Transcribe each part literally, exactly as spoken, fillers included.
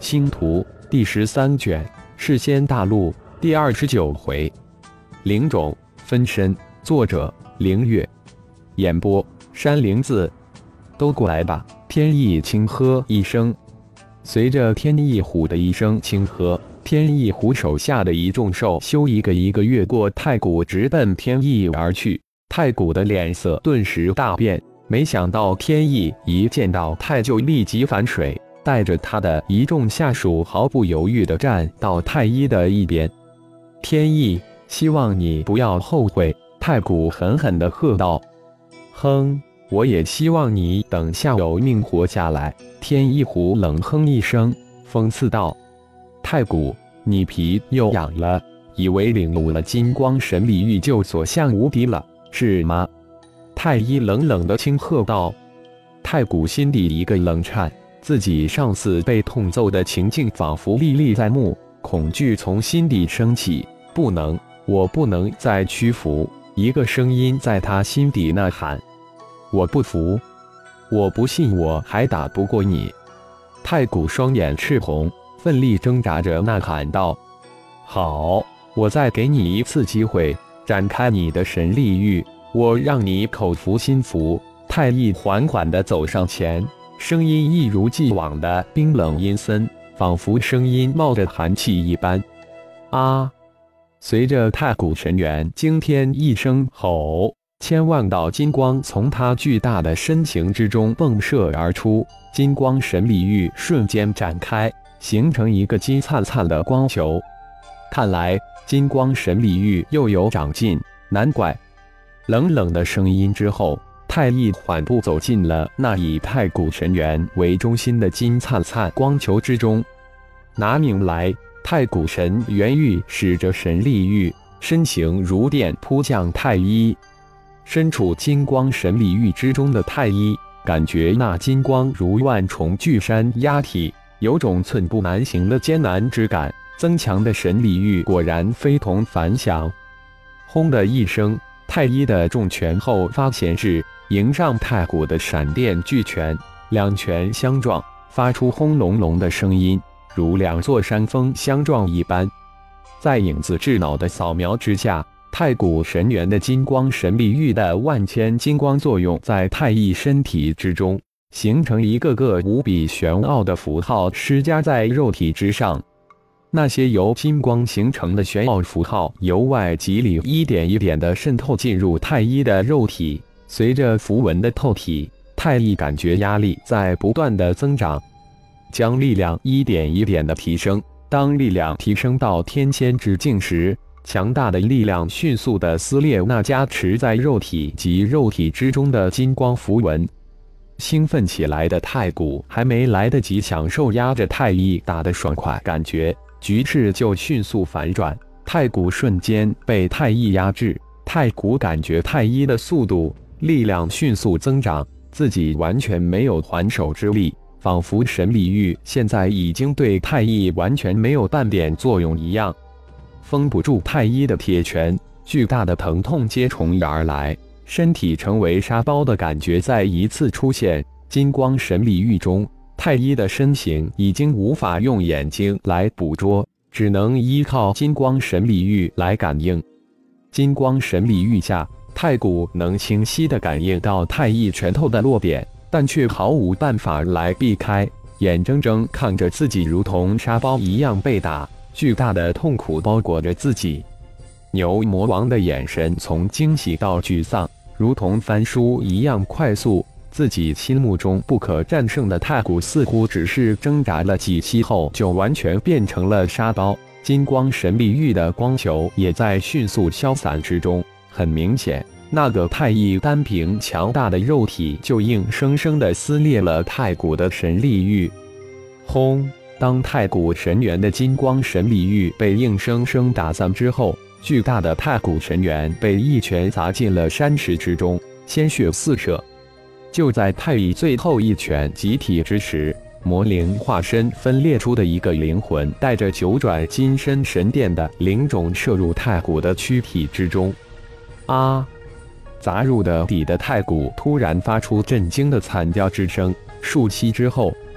星图》第十三卷，世仙大陆第二十九回，灵种分身。作者：凌月，演播：山灵子。都过来吧！天意轻喝一声，随着天意虎的一声轻喝，天意虎手下的一众兽修一个一个越过太古，直奔天意而去。太古的脸色顿时大变，没想到天意一见到太就立即反水，带着他的一众下属毫不犹豫地站到太一的一边。天意，希望你不要后悔！太古狠狠地喝道。哼，我也希望你等下有命活下来。天意虎冷哼一声，讽刺道。太古，你皮又痒了，以为领悟了金光神力玉就所向无敌了，是吗？太一冷冷地轻喝道。太古心底一个冷颤，自己上次被痛揍的情境仿佛历历在目，恐惧从心底升起。不能，我不能再屈服！一个声音在他心底呐喊。我不服，我不信我还打不过你！太古双眼赤红，奋力挣扎着呐喊道。好，我再给你一次机会，展开你的神力域，我让你口服心服！太一缓缓地走上前，声音一如既往的冰冷阴森，仿佛声音冒着寒气一般。啊！随着太古神元惊天一声吼，千万道金光从他巨大的身形之中迸射而出，金光神力域瞬间展开，形成一个金灿灿的光球。看来金光神力域又有长进，难怪。冷冷的声音之后，太一缓步走进了那以太古神元为中心的金灿灿光球之中。拿命来！太古神元域使着神力域，身形如电扑向太一。身处金光神力域之中的太一，感觉那金光如万重巨山压体，有种寸步难行的艰难之感。增强的神力域果然非同凡响。轰的一声，太一的重拳后发显示，迎上太古的闪电巨拳，两拳相撞，发出轰隆隆的声音，如两座山峰相撞一般。在影子智脑的扫描之下，太古神元的金光神力域的万千金光作用在太一身体之中，形成一个个无比玄奥的符号，施加在肉体之上。那些由金光形成的玄奥符号由外及里一点一点地渗透进入太一的肉体，随着符文的透体，太一感觉压力在不断的增长，将力量一点一点的提升。当力量提升到天仙之境时，强大的力量迅速地撕裂那加持在肉体及肉体之中的金光符文。兴奋起来的太古还没来得及享受压着太一打的爽快感觉，局势就迅速反转，太古瞬间被太一压制。太古感觉太一的速度、力量迅速增长，自己完全没有还手之力，仿佛神力域现在已经对太一完全没有半点作用一样。封不住太一的铁拳，巨大的疼痛接踵而来，身体成为沙包的感觉再一次出现。金光神力域中，太一的身形已经无法用眼睛来捕捉，只能依靠金光神力域来感应。金光神力域下，太古能清晰地感应到太一拳头的落点，但却毫无办法来避开，眼睁睁看着自己如同沙包一样被打，巨大的痛苦包裹着自己。牛魔王的眼神从惊喜到沮丧，如同翻书一样快速。自己心目中不可战胜的太古似乎只是挣扎了几息后就完全变成了沙包，金光神力域的光球也在迅速消散之中。很明显，那个太一单凭强大的肉体就硬生生地撕裂了太古的神力域。轰！当太古神元的金光神力域被硬生生打散之后，巨大的太古神元被一拳砸进了山石之中，鲜血四射。就在太一最后一拳集体之时，魔灵化身分裂出的一个灵魂，带着九转金身神殿的灵种射入太古的躯体之中。啊！砸入的底的太古突然发出震惊的惨叫之声，数息之后，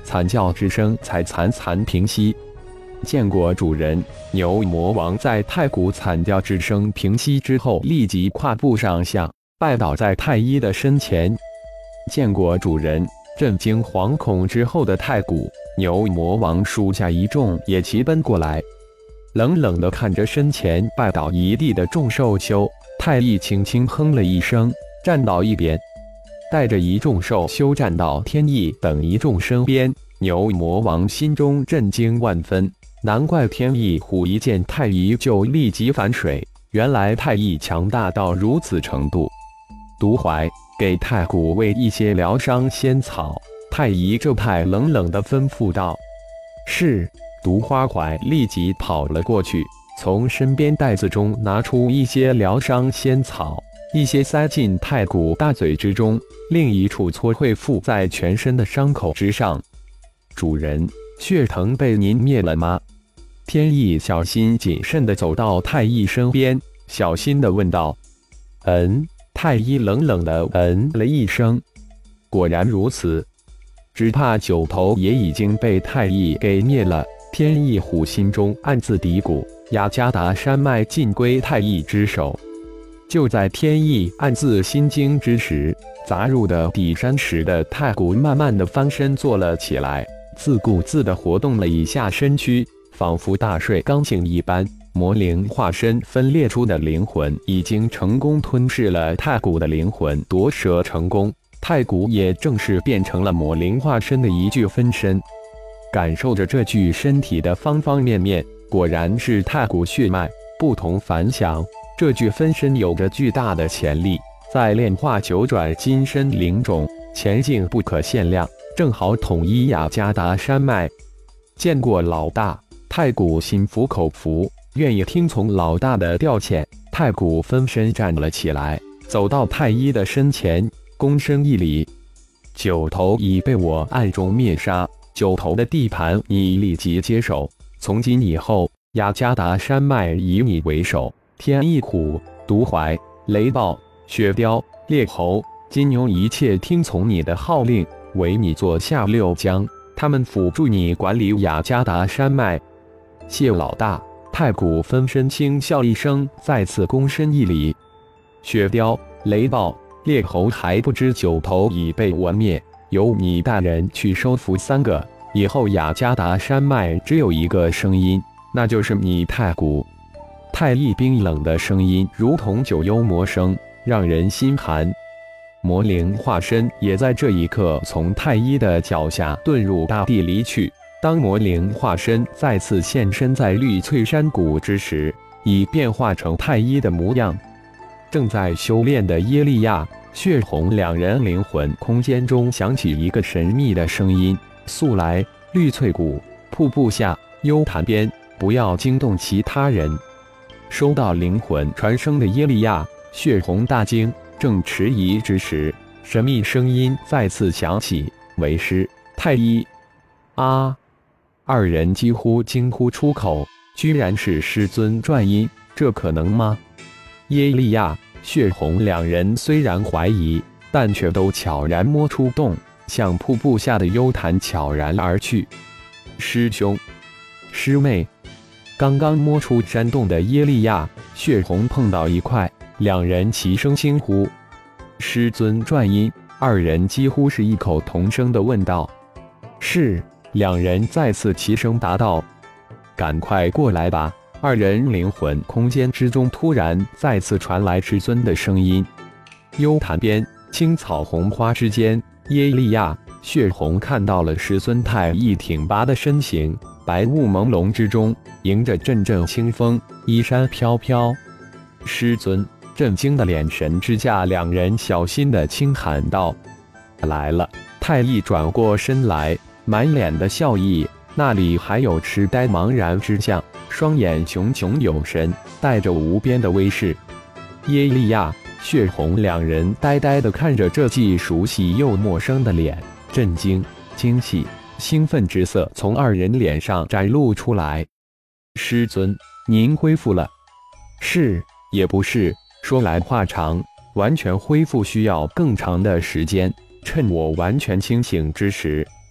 惨叫之声才惨惨平息。见过主人，牛魔王在太古惨叫之声平息之后，立即跨步上下，拜倒在太一的身前。见过主人。震惊惶恐之后的太古牛魔王属下一众也齐奔过来，冷冷地看着身前拜倒一地的众兽修。太一轻轻哼了一声，站到一边，带着一众兽修站到天意等一众身边。牛魔王心中震惊万分，难怪天意虎一见太一就立即反水，原来太一强大到如此程度。独怀，给太古喂一些疗伤仙草。太一这派冷冷地吩咐道。是。毒花怀立即跑了过去，从身边袋子中拿出一些疗伤仙草，一些塞进太古大嘴之中，另一处搓会附在全身的伤口之上。主人，血藤被您灭了吗？天意小心谨慎地走到太一身边，小心地问道。嗯。太一冷冷地嗯了一声，果然如此，只怕九头也已经被太一给灭了。天意虎心中暗自嘀咕，雅加达山脉尽归太一之手。就在天意暗自心惊之时，砸入的底山时的太古慢慢地翻身坐了起来，自顾自地活动了一下身躯，仿佛大睡刚醒一般。魔灵化身分裂出的灵魂已经成功吞噬了太古的灵魂，夺舍成功。太古也正式变成了魔灵化身的一具分身。感受着这具身体的方方面面，果然是太古血脉，不同凡响。这具分身有着巨大的潜力，在炼化九转金身灵种，前景不可限量，正好统一雅加达山脉。见过老大，太古心服口服，愿意听从老大的调遣。太古分身站了起来，走到太一的身前，躬身一礼。九头已被我暗中灭杀，九头的地盘你立即接手。从今以后，雅加达山脉以你为首。天翼虎、毒怀、雷暴、雪雕、猎猴、金牛一切听从你的号令，为你做下六将，他们辅助你管理雅加达山脉。谢老大。太古分身轻笑一声，再次躬身一礼。雪雕、雷暴、猎猴还不知九头已被我灭，由你带人去收服三个，以后雅加达山脉只有一个声音，那就是你太古。太一冰冷的声音如同九幽魔声，让人心寒。魔灵化身也在这一刻从太一的脚下遁入大地离去。当魔灵化身再次现身在绿翠山谷之时，已变化成太一的模样。正在修炼的耶利亚、血红两人灵魂空间中响起一个神秘的声音：速来绿翠谷瀑布下幽潭边，不要惊动其他人。收到灵魂传声的耶利亚、血红大惊，正迟疑之时，神秘声音再次响起：为师，太一。啊！二人几乎惊呼出口，居然是师尊传音，这可能吗？耶利亚、血红两人虽然怀疑，但却都悄然摸出洞，向瀑布下的幽潭悄然而去。师兄，师妹，刚刚摸出山洞的耶利亚、血红碰到一块，两人齐声惊呼。师尊传音，二人几乎是异口同声地问道。是。两人再次齐声答道：“赶快过来吧！”二人灵魂空间之中突然再次传来师尊的声音。幽潭边，青草红花之间，耶利亚、血红看到了师尊太一挺拔的身形，白雾朦胧之中，迎着阵阵清风，衣衫飘飘。师尊，震惊的眼神之下，两人小心地轻喊道：“来了！”太一转过身来，满脸的笑意，那里还有痴呆茫然之相，双眼炯炯有神，带着无边的威势。耶利亚、血红两人呆呆地看着这既熟悉又陌生的脸，震惊、惊喜、兴奋之色从二人脸上展露出来。师尊，您恢复了？是，也不是，说来话长，完全恢复需要更长的时间。趁我完全清醒之时，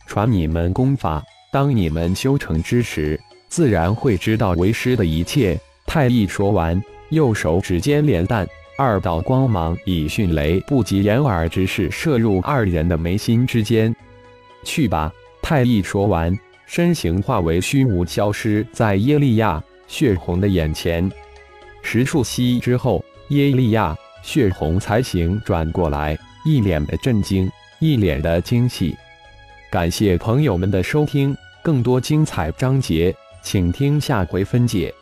传你们功法。当你们修成之时，自然会知道为师的一切。”太乙说完，右手指尖连弹，二道光芒以迅雷不及掩耳之势射入二人的眉心之间。去吧！太乙说完，身形化为虚无，消失在耶利亚、血红的眼前。十数息之后，耶利亚、血红才行转过来，一脸的震惊，一脸的惊喜。感谢朋友们的收听，更多精彩章节，请听下回分解。